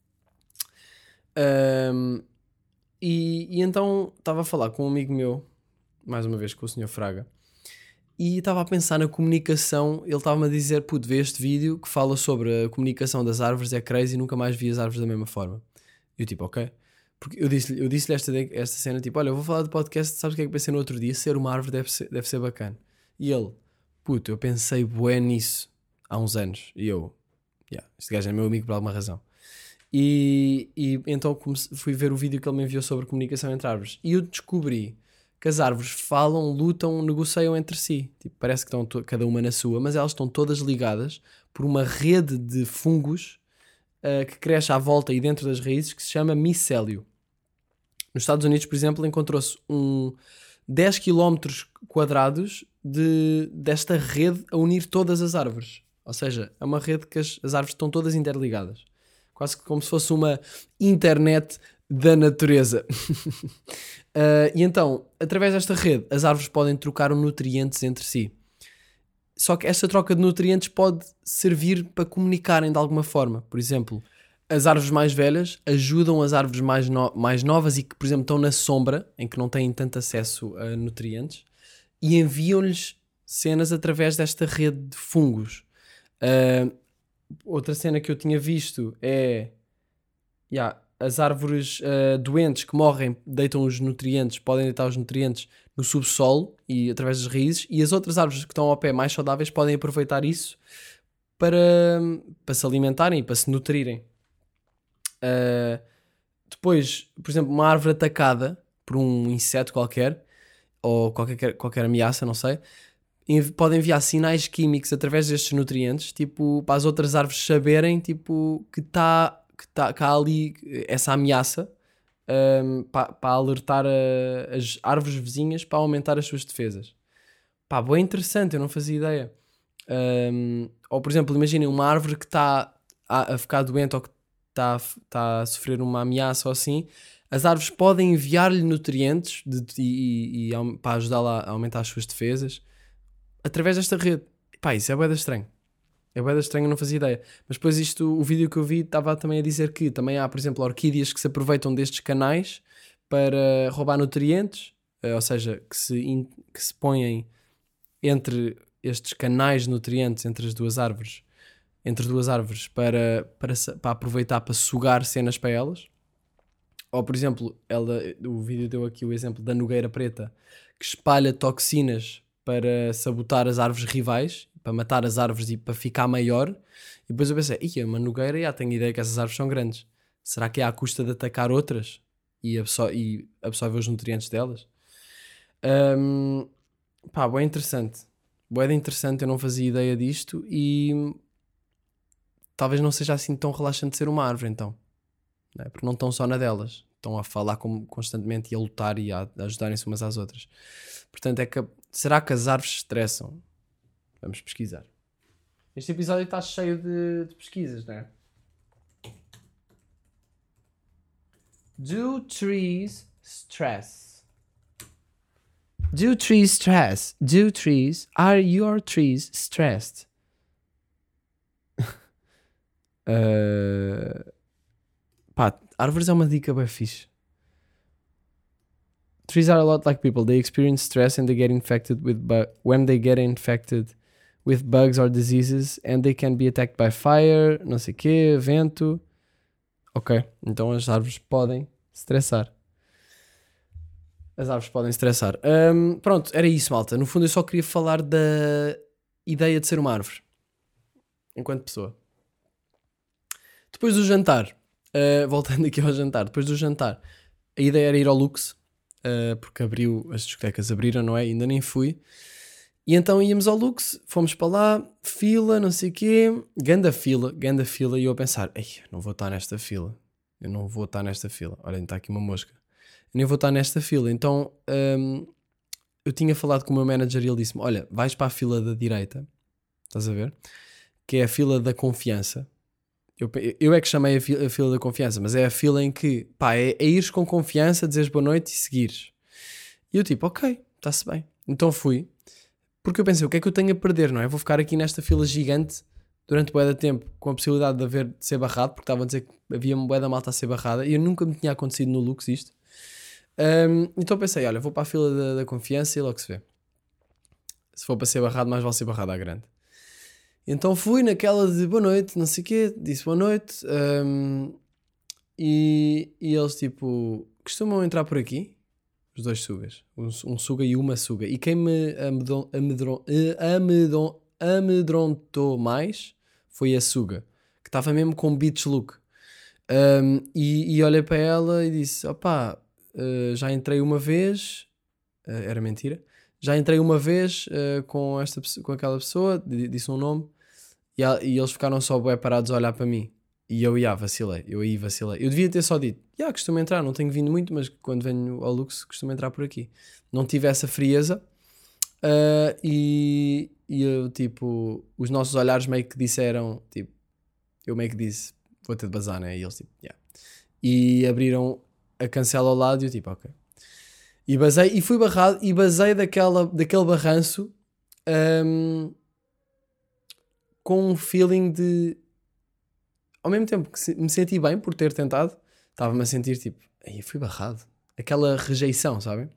E então estava a falar com um amigo meu, mais uma vez com o Sr. Fraga, e estava a pensar na comunicação. Ele estava-me a dizer, vê este vídeo que fala sobre a comunicação das árvores, é crazy, e nunca mais vi as árvores da mesma forma. E eu ok. Porque eu disse-lhe esta cena, olha, eu vou falar do podcast, sabes o que é que pensei no outro dia? Ser uma árvore deve ser bacana. E ele, eu pensei bué nisso há uns anos. E eu, este gajo é meu amigo por alguma razão. E então fui ver o vídeo que ele me enviou sobre comunicação entre árvores. E eu descobri que as árvores falam, lutam, negociam entre si. Parece que estão cada uma na sua, mas elas estão todas ligadas por uma rede de fungos que cresce à volta e dentro das raízes, que se chama micélio. Nos Estados Unidos, por exemplo, encontrou-se 10 km quadrados desta rede a unir todas as árvores. Ou seja, é uma rede que as árvores estão todas interligadas. Quase como se fosse uma internet da natureza. E então, através desta rede, as árvores podem trocar nutrientes entre si. Só que esta troca de nutrientes pode servir para comunicarem de alguma forma. Por exemplo, as árvores mais velhas ajudam as árvores mais novas e que, por exemplo, estão na sombra, em que não têm tanto acesso a nutrientes, e enviam-lhes cenas através desta rede de fungos. Outra cena que eu tinha visto é as árvores doentes que morrem deitam os nutrientes, podem deitar os nutrientes no subsolo e através das raízes, e as outras árvores que estão ao pé mais saudáveis podem aproveitar isso para se alimentarem e para se nutrirem. Depois, por exemplo, uma árvore atacada por um inseto qualquer ou qualquer ameaça, não sei, pode enviar sinais químicos através destes nutrientes, tipo, para as outras árvores saberem, tipo, que está ali essa ameaça, para alertar as árvores vizinhas para aumentar as suas defesas. Pá, bem interessante, eu não fazia ideia. Ou, por exemplo, imaginem uma árvore que está a ficar doente ou que está a sofrer uma ameaça ou assim, as árvores podem enviar-lhe nutrientes para ajudá-la a aumentar as suas defesas através desta rede. Pá, isso é bué da estranho. É bué da estranho, eu não fazia ideia. Mas depois o vídeo que eu vi estava também a dizer que também há, por exemplo, orquídeas que se aproveitam destes canais para roubar nutrientes, ou seja, que se põem entre estes canais de nutrientes entre duas árvores para aproveitar para sugar cenas para elas. Ou, por exemplo, o vídeo deu aqui o exemplo da nogueira preta, que espalha toxinas para sabotar as árvores rivais, para matar as árvores e para ficar maior. E depois eu pensei, uma nogueira, já tenho ideia que essas árvores são grandes. Será que é à custa de atacar outras e absorver os nutrientes delas? Bem interessante. Bué interessante, eu não fazia ideia disto e talvez não seja assim tão relaxante ser uma árvore, então. Não é? Porque não estão só na delas. Estão a falar constantemente e a lutar e a ajudarem-se umas às outras. Portanto, será que as árvores estressam? Vamos pesquisar. Este episódio está cheio de pesquisas, não é? Do trees stress? Do trees stress? Are your trees stressed? Árvores é uma dica bem fixe. Trees are a lot like people. They experience stress and they get infected when they get infected with bugs or diseases, and they can be attacked by fire, não sei o quê, vento. Ok, então as árvores podem estressar. Pronto, era isso, malta. No fundo eu só queria falar da ideia de ser uma árvore. Enquanto pessoa. Depois do jantar, voltando aqui ao jantar, depois do jantar, a ideia era ir ao Lux, porque as discotecas abriram, não é? Ainda nem fui. E então íamos ao Lux, fomos para lá, fila, não sei o quê, ganda fila, e eu a pensar, não vou estar nesta fila. Olha, está aqui uma mosca. Eu nem vou estar nesta fila. Então, eu tinha falado com o meu manager e ele disse-me, olha, vais para a fila da direita, estás a ver? Que é a fila da confiança. Eu é que chamei a fila da confiança, mas é a fila em que, é ires com confiança, dizeres boa noite e seguires. E eu tipo, ok, está-se bem. Então fui, porque eu pensei, o que é que eu tenho a perder, não é? Vou ficar aqui nesta fila gigante durante bué de tempo, com a possibilidade de ser barrado, porque estavam a dizer que havia bué da malta a ser barrada, e eu nunca me tinha acontecido no Lux isto. Então pensei, olha, vou para a fila da confiança e logo se vê. Se for para ser barrado, mais vale ser barrado à grande. Então fui naquela de boa noite, não sei o quê, disse boa noite, e eles tipo, costumam entrar por aqui? Os dois sugas, um suga e uma suga. E quem me amedrontou mais foi a suga, que estava mesmo com beach look. E olhei para ela e disse, já entrei uma vez, era mentira, já entrei uma vez com aquela pessoa, disse um nome, e eles ficaram só bué parados a olhar para mim. E eu vacilei. Eu devia ter só dito, costumo entrar, não tenho vindo muito, mas quando venho ao Lux costumo entrar por aqui. Não tive essa frieza. E eu, tipo, os nossos olhares meio que disseram, tipo, eu meio que disse, vou ter de bazar, né? E eles, tipo, E abriram a cancela ao lado e eu, tipo, ok. E basei, e fui barrado, e basei daquele barranço com um feeling de ao mesmo tempo que me senti bem por ter tentado, estava-me a sentir tipo, aí fui barrado. Aquela rejeição, sabem?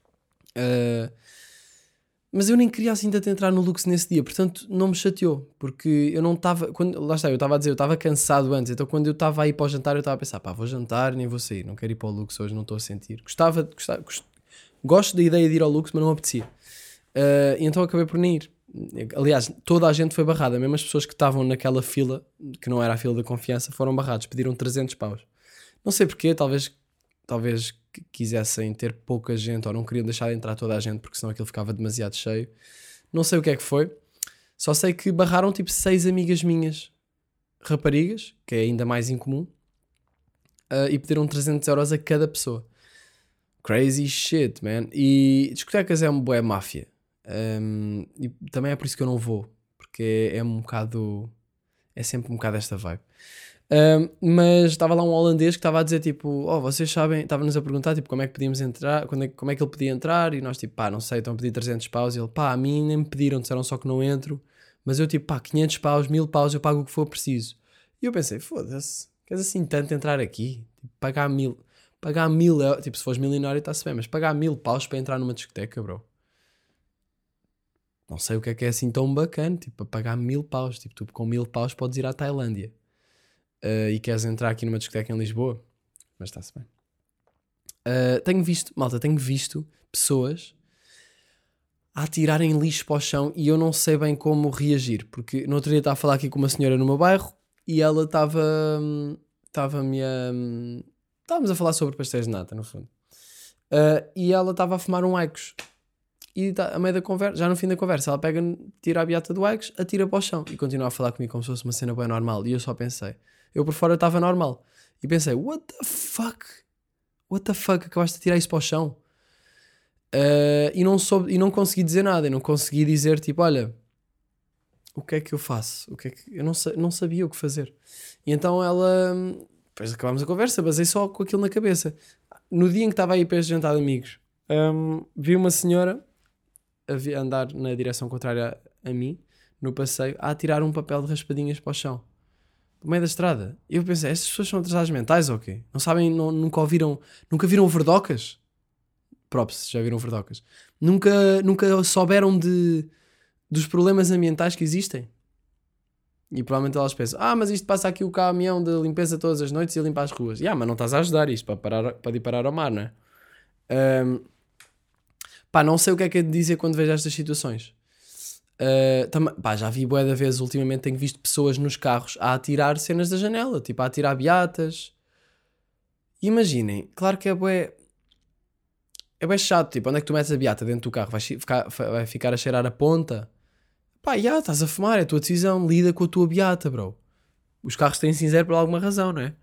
Mas eu nem queria assim tanto entrar no Lux nesse dia, portanto não me chateou, porque eu não estava, lá está, eu estava a dizer, eu estava cansado antes, então quando eu estava a ir para o jantar eu estava a pensar, pá, vou jantar, nem vou sair, não quero ir para o Lux hoje, não estou a sentir. Gosto da ideia de ir ao Lux, mas não me apetecia. E então acabei por nem ir. Aliás, toda a gente foi barrada, mesmo as pessoas que estavam naquela fila, que não era a fila da confiança, foram barrados, pediram 300 paus. Não sei porquê, talvez quisessem ter pouca gente ou não queriam deixar de entrar toda a gente porque senão aquilo ficava demasiado cheio. Não sei o que é que foi. Só sei que barraram tipo 6 amigas minhas, raparigas, que é ainda mais incomum, e pediram 300 euros a cada pessoa. Crazy shit, man. E discotecas é uma boa máfia. E também é por isso que eu não vou, porque é um bocado, é sempre um bocado esta vibe. Mas estava lá um holandês que estava a dizer tipo, vocês sabem, estava-nos a perguntar tipo, como é que podíamos entrar, como é que ele podia entrar, e nós tipo, não sei, estão a pedir 300 paus, e ele, a mim nem me pediram, disseram só que não entro, mas eu tipo, 500 paus, 1000 paus, eu pago o que for preciso. E eu pensei, foda-se, queres assim tanto entrar aqui? Tipo, pagar 1000 tipo, se fores milionário está-se bem, mas pagar 1000 paus para entrar numa discoteca, bro. Não sei o que é assim tão bacana, tipo, a pagar 1000 paus, tipo, tu com 1000 paus podes ir à Tailândia. E queres entrar aqui numa discoteca em Lisboa, mas está-se bem. Tenho visto pessoas a atirarem lixo para o chão e eu não sei bem como reagir, porque no outro dia estava a falar aqui com uma senhora no meu bairro e ela estávamos a falar sobre pastéis de nata, no fundo. E ela estava a fumar um Aicos. E a meio da conversa, já no fim da conversa, ela pega, tira a beata do Aicos, atira para o chão e continua a falar comigo como se fosse uma cena bem normal. E eu só pensei, eu por fora estava normal. E pensei, what the fuck? What the fuck? Acabaste de tirar isso para o chão? E não consegui dizer nada. E não consegui dizer, tipo, olha, o que é que eu faço? Eu não sabia o que fazer. E então ela... Depois acabámos a conversa, basei só com aquilo na cabeça. No dia em que estava aí para este jantar de amigos, vi uma senhora a andar na direção contrária a mim, no passeio, a atirar um papel de raspadinhas para o chão. No meio da estrada. E eu pensei, estas pessoas são atrasadas mentais ou quê? Não sabem, nunca viram verdocas? Props, já viram verdocas. Nunca souberam dos problemas ambientais que existem. E provavelmente elas pensam, mas isto passa aqui o caminhão de limpeza todas as noites e limpa as ruas. Mas não estás a ajudar isto para ir parar ao mar, não é? Não sei o que é de dizer quando vejo estas situações. Já vi bué de vezes, ultimamente tenho visto pessoas nos carros a atirar cenas da janela, tipo a atirar beatas. Imaginem, claro que é bué chato, tipo, onde é que tu metes a beata dentro do carro? Vai ficar a cheirar a ponta? Estás a fumar, é a tua decisão, lida com a tua beata, bro. Os carros têm cinzeiro por alguma razão, não é?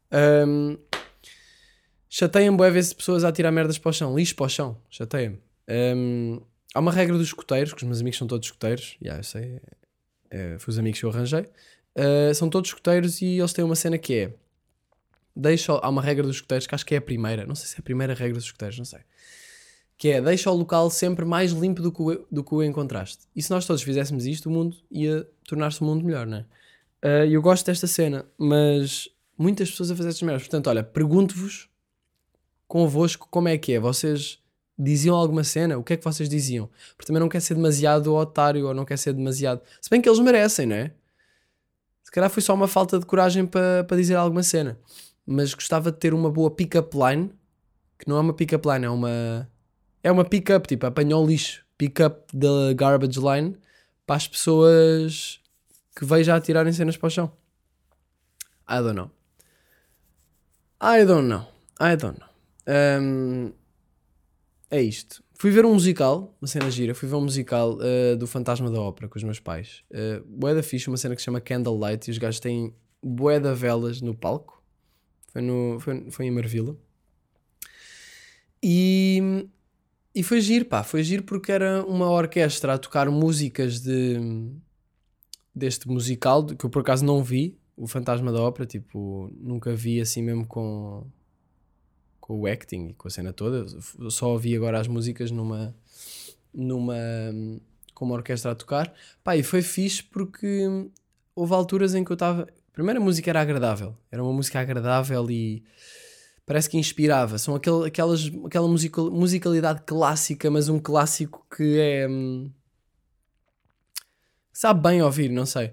Chateia-me bué vezes pessoas a atirar merdas para o chão, lixo para o chão, chateia-me. Há uma regra dos escuteiros, que os meus amigos são todos escuteiros, eu sei, foi os amigos que eu arranjei, são todos escuteiros e eles têm uma cena que é, há uma regra dos escuteiros, que acho que é a primeira, não sei se é a primeira regra dos escuteiros, não sei, que é, deixa o local sempre mais limpo do que o encontraste. E se nós todos fizéssemos isto, o mundo ia tornar-se um mundo melhor, não é? Eu gosto desta cena, mas muitas pessoas a fazer estas merdas, portanto, olha, pergunto-vos convosco como é que é, vocês diziam alguma cena? O que é que vocês diziam? Porque também não quer ser demasiado otário ou não quer ser demasiado... Se bem que eles merecem, não é? Se calhar foi só uma falta de coragem para dizer alguma cena. Mas gostava de ter uma boa pick-up line, que não é uma pick-up line, é uma pick-up, tipo, apanhou lixo. Pick-up da garbage line para as pessoas que vejam a tirarem cenas para o chão. I don't know. É isto. Fui ver um musical, uma cena gira. Fui ver um musical do Fantasma da Ópera com os meus pais. Bué da fixe, uma cena que se chama Candlelight. E os gajos têm bué da velas no palco. Foi em Marvila. E foi giro, pá. Foi giro porque era uma orquestra a tocar músicas deste musical, que eu por acaso não vi. O Fantasma da Ópera, tipo, nunca vi assim mesmo com o acting e com a cena toda. Eu só ouvi agora as músicas com uma orquestra a tocar. E foi fixe porque houve alturas em que eu estava... Primeiro a música era agradável. Era uma música agradável e parece que inspirava. São aquela musicalidade clássica, mas um clássico que é... sabe bem ouvir, não sei.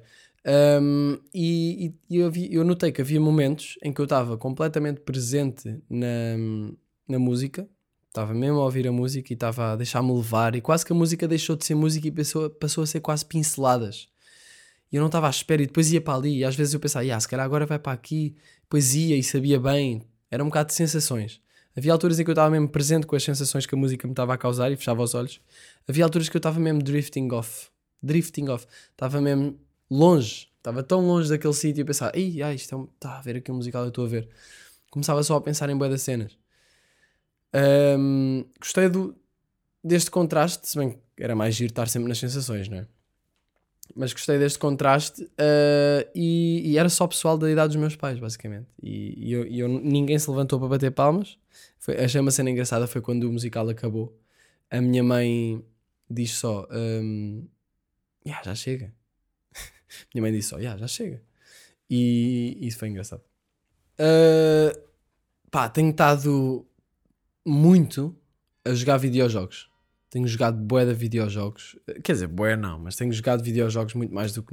Eu notei que havia momentos em que eu estava completamente presente na música. Estava mesmo a ouvir a música e estava a deixar-me levar. E quase que a música deixou de ser música e passou a ser quase pinceladas. E eu não estava à espera e depois ia para ali. E às vezes eu pensava, se calhar agora vai para aqui. Depois ia e sabia bem. Era um bocado de sensações. Havia alturas em que eu estava mesmo presente com as sensações que a música me estava a causar e fechava os olhos. Havia alturas que eu estava mesmo drifting off. Estava mesmo longe. Estava tão longe daquele sítio e eu pensava, isto está a ver aqui um musical, eu estou a ver. Começava só a pensar em bué das cenas. Gostei deste contraste, se bem que era mais giro estar sempre nas sensações, não é? Mas gostei deste contraste e era só pessoal da idade dos meus pais, basicamente. Ninguém se levantou para bater palmas. Achei uma cena engraçada, foi quando o musical acabou. A minha mãe diz só, já chega. Minha mãe disse só, já chega. E isso foi engraçado. Tenho estado muito a jogar videojogos. Tenho jogado bué de videojogos. Quer dizer, bué não, mas tenho jogado videojogos muito mais do que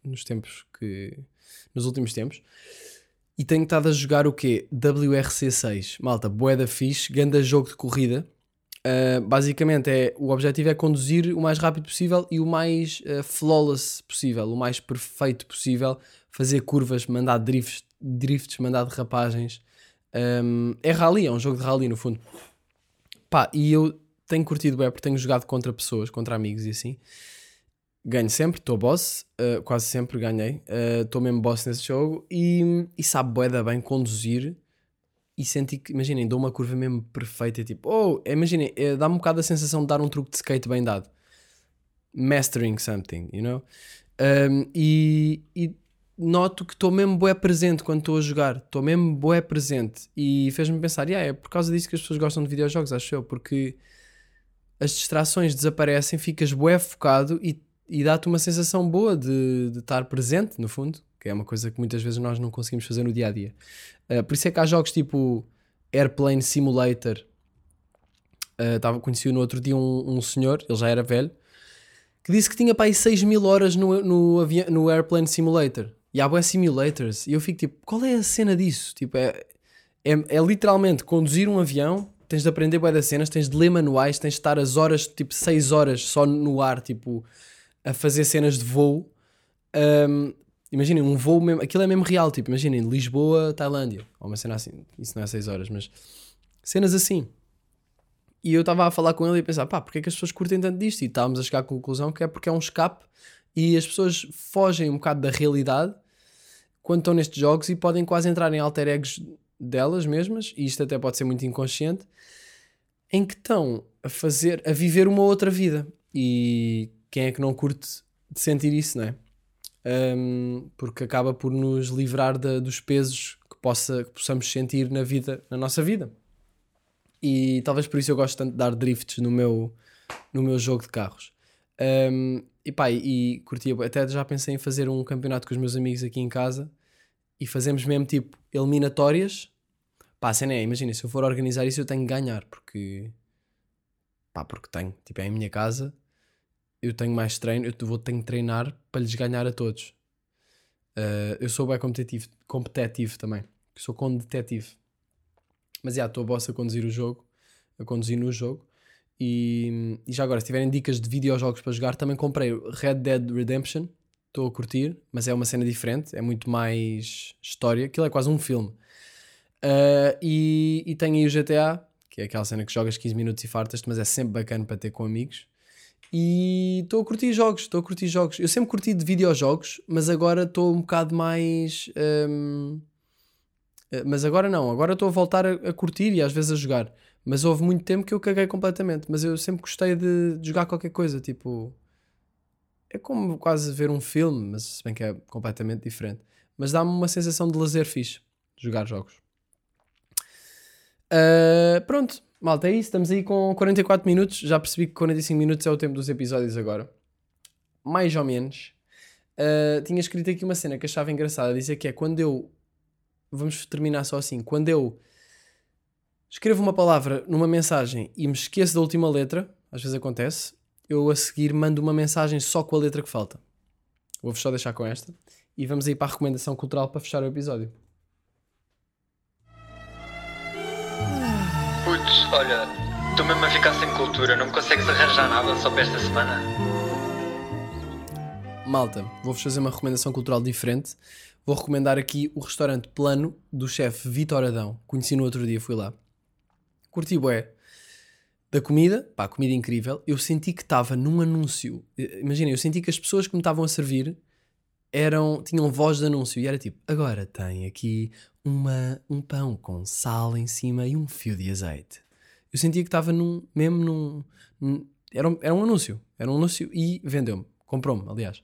nos últimos tempos. E tenho estado a jogar o quê? WRC6. Malta, bué da fixe, ganda jogo de corrida. Basicamente o objetivo é conduzir o mais rápido possível e o mais flawless possível, o mais perfeito possível, fazer curvas, mandar drifts, mandar derrapagens. É rally, é um jogo de rally no fundo. E eu tenho curtido bem porque tenho jogado contra pessoas, contra amigos e assim. Ganho sempre, estou boss, quase sempre ganhei. Estou mesmo boss nesse jogo e sabe bué da bem conduzir. E senti que, imaginem, dou uma curva mesmo perfeita, tipo, imaginem, dá-me um bocado a sensação de dar um truque de skate bem dado. Mastering something, you know? E noto que estou mesmo bué presente quando estou a jogar. Estou mesmo bué presente. E fez-me pensar, é por causa disso que as pessoas gostam de videojogos, acho eu, porque as distrações desaparecem, ficas bué focado e dá-te uma sensação boa de estar presente, no fundo, que é uma coisa que muitas vezes nós não conseguimos fazer no dia-a-dia. Por isso é que há jogos tipo Airplane Simulator. Conheci no outro dia um senhor, ele já era velho, que disse que tinha para aí 6.000 horas no Airplane Simulator. E há bué simulators. E eu fico tipo, qual é a cena disso? Tipo, é literalmente conduzir um avião, tens de aprender bué das cenas, tens de ler manuais, tens de estar as horas, tipo 6 horas só no ar, tipo, a fazer cenas de voo. Imaginem, um voo mesmo, aquilo é mesmo real, tipo, imaginem, Lisboa, Tailândia, ou uma cena assim, isso não é 6 horas, mas cenas assim. E eu estava a falar com ele e a pensar, porque é que as pessoas curtem tanto disto? E estávamos a chegar à conclusão que é porque é um escape e as pessoas fogem um bocado da realidade quando estão nestes jogos e podem quase entrar em alter egos delas mesmas, e isto até pode ser muito inconsciente, em que estão a viver uma outra vida. E quem é que não curte de sentir isso, não é? Porque acaba por nos livrar dos pesos que possamos sentir na nossa vida. E talvez por isso eu gosto tanto de dar drifts no meu jogo de carros. E curtia, até já pensei em fazer um campeonato com os meus amigos aqui em casa e fazemos mesmo tipo eliminatórias. A cena imagina, se eu for organizar isso eu tenho que ganhar, porque tenho, tipo, é em minha casa, eu tenho mais treino, tenho que treinar para lhes ganhar a todos. Eu sou bem competitivo também, sou detetive. Mas estou a boss a conduzir no jogo. E já agora, se tiverem dicas de videojogos para jogar, também comprei Red Dead Redemption. Estou a curtir, mas é uma cena diferente, é muito mais história. Aquilo é quase um filme. E tenho aí o GTA, que é aquela cena que jogas 15 minutos e fartas-te, mas é sempre bacana para ter com amigos. E estou a curtir jogos. Eu sempre curti de videojogos, mas agora estou um bocado mais... mas agora não, agora estou a voltar a curtir e às vezes a jogar. Mas houve muito tempo que eu caguei completamente. Mas eu sempre gostei de jogar qualquer coisa, tipo... É como quase ver um filme, mas se bem que é completamente diferente. Mas dá-me uma sensação de lazer fixe, jogar jogos. Pronto, malta, é isso. Estamos aí com 44 minutos. Já percebi que 45 minutos é o tempo dos episódios agora. Mais ou menos. tinha escrito aqui uma cena que achava engraçada, dizer que é quando eu, vamos terminar só assim, quando eu escrevo uma palavra numa mensagem e me esqueço da última letra, às vezes acontece, eu a seguir mando uma mensagem só com a letra que falta. Vou-vos só deixar com esta e vamos aí para a recomendação cultural para fechar o episódio. Putz, olha, estou mesmo a ficar sem cultura, não me consegues arranjar nada só para esta semana? Malta, vou-vos fazer uma recomendação cultural diferente. Vou recomendar aqui o restaurante Plano do chefe Vítor Adão. Conheci no outro dia, fui lá. Curti bué da comida, pá, comida incrível. Eu senti que estava num anúncio. Imaginem, eu senti que as pessoas que me estavam a servir tinham voz de anúncio. E era tipo, agora tem aqui um pão com sal em cima e um fio de azeite. Eu sentia que estava era um anúncio. Era um anúncio e vendeu-me. Comprou-me, aliás.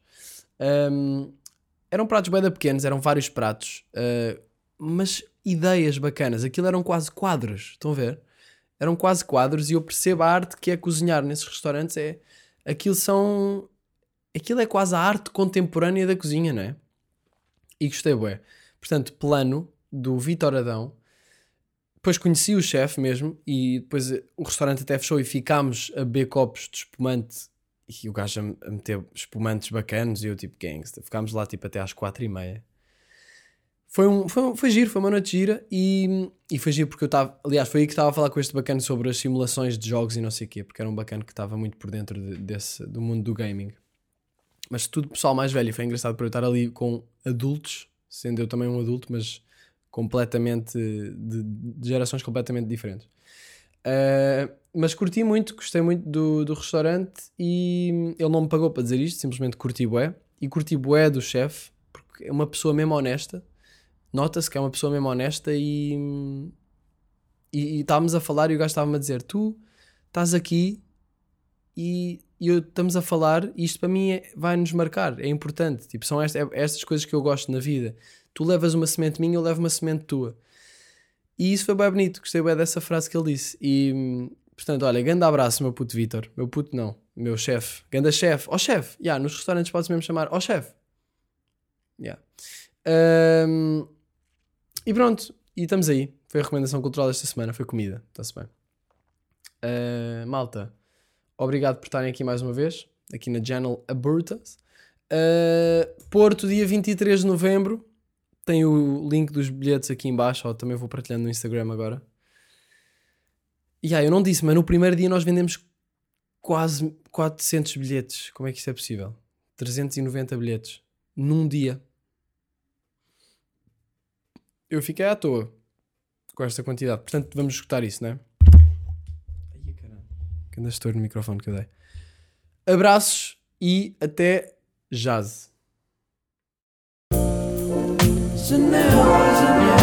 Eram pratos bué da pequenos, eram vários pratos. Mas ideias bacanas. Aquilo eram quase quadros. Estão a ver? Eram quase quadros e eu percebo a arte que é cozinhar nesses restaurantes. Aquilo é quase a arte contemporânea da cozinha, não é? E gostei bué. Portanto, Plano, do Vítor Adão. Depois conheci o chefe mesmo e depois o restaurante até fechou e ficámos a beber copos de espumante e o gajo a meter espumantes bacanos e eu tipo gangsta. Ficámos lá tipo até às 4h30. Foi giro, foi uma noite gira e foi giro porque eu estava... Aliás, foi aí que estava a falar com este bacana sobre as simulações de jogos e não sei o quê, porque era um bacana que estava muito por dentro do mundo do gaming. Mas tudo pessoal mais velho, e foi engraçado para eu estar ali com adultos, sendo eu também um adulto, mas completamente de gerações completamente diferentes. Mas curti muito, gostei muito do restaurante e ele não me pagou para dizer isto, simplesmente curti bué. E curti bué do chefe, porque é uma pessoa mesmo honesta. Nota-se que é uma pessoa mesmo honesta e estávamos a falar e o gajo estava-me a dizer, tu estás aqui e estamos a falar e isto para mim vai-nos marcar, é importante. Tipo, são estas coisas que eu gosto na vida. Tu levas uma semente minha, eu levo uma semente tua. E isso foi bem bonito, gostei bem dessa frase que ele disse. E, portanto, olha, grande abraço, meu puto Vítor. Meu puto não, meu chefe. Ganda chefe. Ó chefe. Nos restaurantes pode-se mesmo chamar ó chefe. E pronto, e estamos aí. Foi a recomendação cultural desta semana, foi comida. Está-se bem. Malta, obrigado por estarem aqui mais uma vez, aqui na Channel Abertas. Porto, dia 23 de novembro. Tem o link dos bilhetes aqui em baixo, ou também vou partilhando no Instagram agora. Eu não disse, mas no primeiro dia nós vendemos quase 400 bilhetes. Como é que isto é possível? 390 bilhetes. Num dia. Eu fiquei à toa com esta quantidade. Portanto, vamos escutar isso, não é? Ai, caralho. Que anda estouro no microfone que eu dei. Abraços e até jazz. Janela, janela.